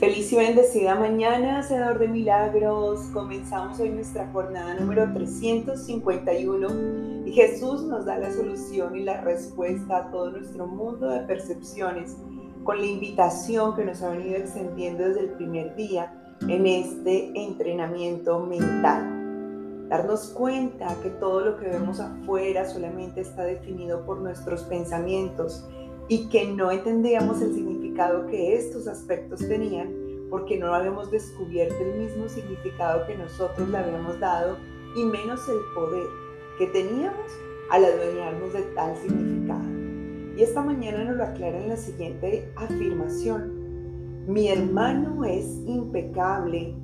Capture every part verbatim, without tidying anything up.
Feliz y bendecida mañana, Hacedor de milagros. Comenzamos hoy nuestra jornada número trescientos cincuenta y uno y Jesús nos da la solución y la respuesta a todo nuestro mundo de percepciones con la invitación que nos ha venido extendiendo desde el primer día en este entrenamiento mental. Darnos cuenta que todo lo que vemos afuera solamente está definido por nuestros pensamientos y que no entendíamos el significado que estos aspectos tenían porque no habíamos descubierto el mismo significado que nosotros le habíamos dado y menos el poder que teníamos al adueñarnos de tal significado. Y esta mañana nos lo aclara en la siguiente afirmación: mi hermano es impecable.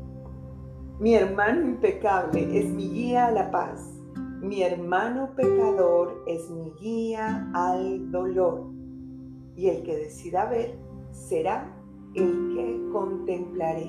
Mi hermano impecable es mi guía a la paz. Mi hermano pecador es mi guía al dolor. Y el que decida ver será el que contemplaré.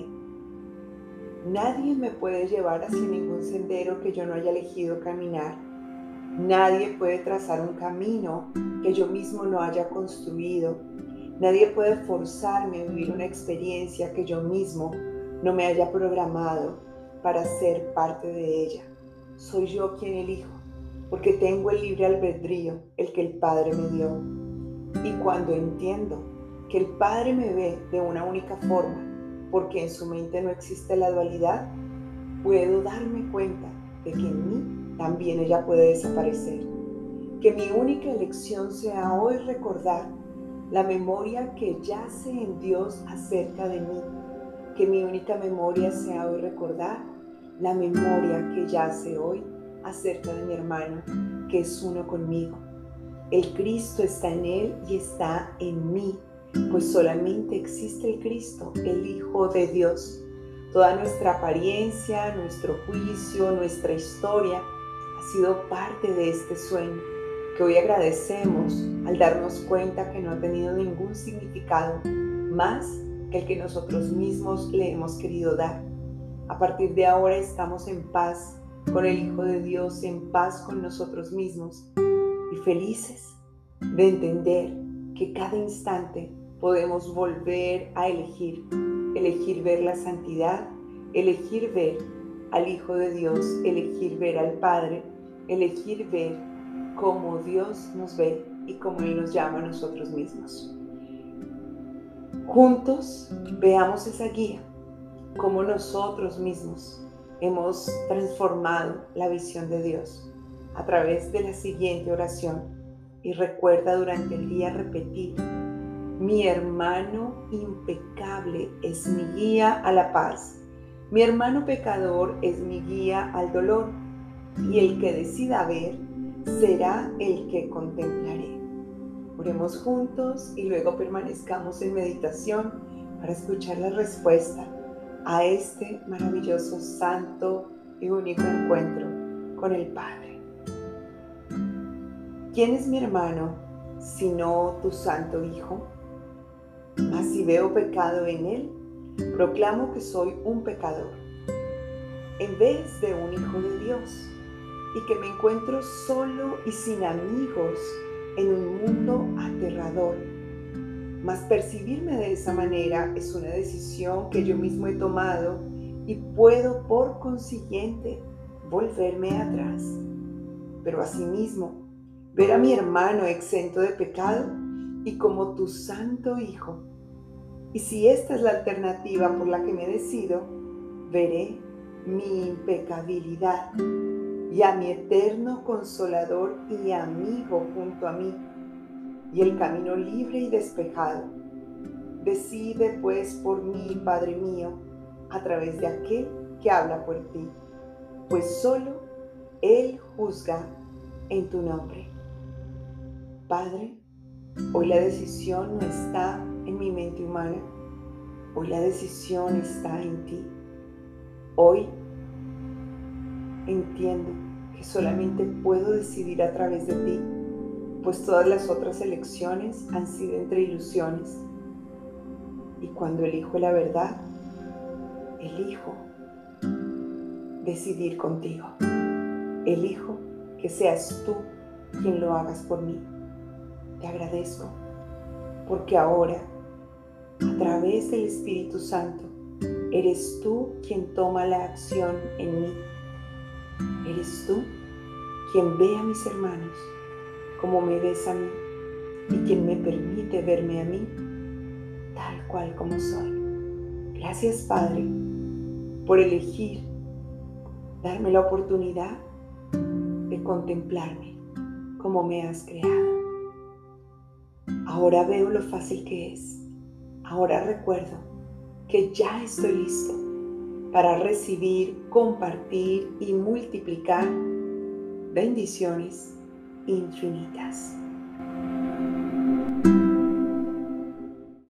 Nadie me puede llevar hacia ningún sendero que yo no haya elegido caminar. Nadie puede trazar un camino que yo mismo no haya construido. Nadie puede forzarme a vivir una experiencia que yo mismo no me haya programado para ser parte de ella. Soy yo quien elijo, porque tengo el libre albedrío, el que el Padre me dio. Y cuando entiendo que el Padre me ve de una única forma, porque en su mente no existe la dualidad, puedo darme cuenta de que en mí también ella puede desaparecer. Que mi única elección sea hoy recordar la memoria que yace en Dios acerca de mí. Que mi única memoria sea hoy recordar la memoria que yace hoy acerca de mi hermano, que es uno conmigo. El Cristo está en él y está en mí, pues solamente existe el Cristo, el Hijo de Dios. Toda nuestra apariencia, nuestro juicio, nuestra historia ha sido parte de este sueño, que hoy agradecemos al darnos cuenta que no ha tenido ningún significado más que el que nosotros mismos le hemos querido dar. A partir de ahora estamos en paz con el Hijo de Dios, en paz con nosotros mismos y felices de entender que cada instante podemos volver a elegir, elegir ver la santidad, elegir ver al Hijo de Dios, elegir ver al Padre, elegir ver cómo Dios nos ve y cómo Él nos llama a nosotros mismos. Juntos veamos esa guía, cómo nosotros mismos hemos transformado la visión de Dios a través de la siguiente oración. Y recuerda durante el día repetir: mi hermano impecable es mi guía a la paz. Mi hermano pecador es mi guía al dolor. Y el que decida ver será el que contemplaré. Oremos juntos y luego permanezcamos en meditación para escuchar la respuesta a este maravilloso, santo y único encuentro con el Padre. ¿Quién es mi hermano sino tu santo Hijo? Mas si veo pecado en él, proclamo que soy un pecador, en vez de un hijo de Dios, y que me encuentro solo y sin amigos en un mundo aterrador. Mas percibirme de esa manera es una decisión que yo mismo he tomado y puedo por consiguiente volverme atrás. Pero asimismo, ver a mi hermano exento de pecado y como tu santo Hijo. Y si esta es la alternativa por la que me decido, veré mi impecabilidad y a mi eterno consolador y amigo junto a mí, y el camino libre y despejado. Decide pues por mí, Padre mío, a través de aquel que habla por ti, pues solo Él juzga en tu nombre. Padre, hoy la decisión no está en mi mente humana, hoy la decisión está en ti. Hoy entiendo que solamente puedo decidir a través de ti, pues todas las otras elecciones han sido entre ilusiones. Y cuando elijo la verdad, elijo decidir contigo. Elijo que seas tú quien lo hagas por mí. Te agradezco porque ahora a través del Espíritu Santo, eres tú quien toma la acción en mí. Eres tú quien ve a mis hermanos como me ves a mí y quien me permite verme a mí tal cual como soy. Gracias, Padre, por elegir darme la oportunidad de contemplarme como me has creado. Ahora veo lo fácil que es. Ahora recuerdo que ya estoy listo para recibir, compartir y multiplicar bendiciones infinitas.